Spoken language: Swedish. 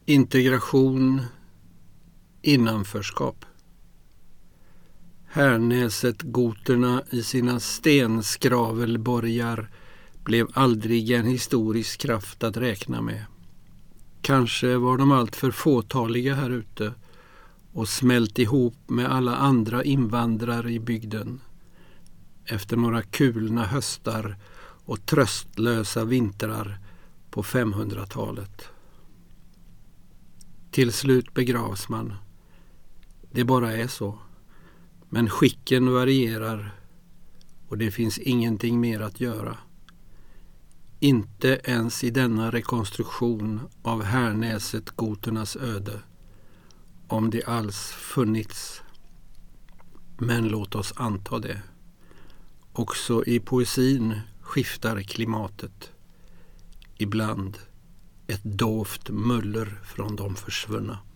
Integration, innanförskap. Härnäset-goterna i sina stenskravelborgar blev aldrig en historisk kraft att räkna med. Kanske var de allt för fåtaliga här ute och smält ihop med alla andra invandrare i bygden. Efter några kulna höstar och tröstlösa vintrar på 500-talet. Till slut begravs man. Det bara är så. Men skicken varierar och det finns ingenting mer att göra. Inte ens i denna rekonstruktion av Härnäset-goternas öde. Om det alls funnits. Men låt oss anta det. Också i poesin skiftar klimatet. Ibland ett dovt muller från de försvunna.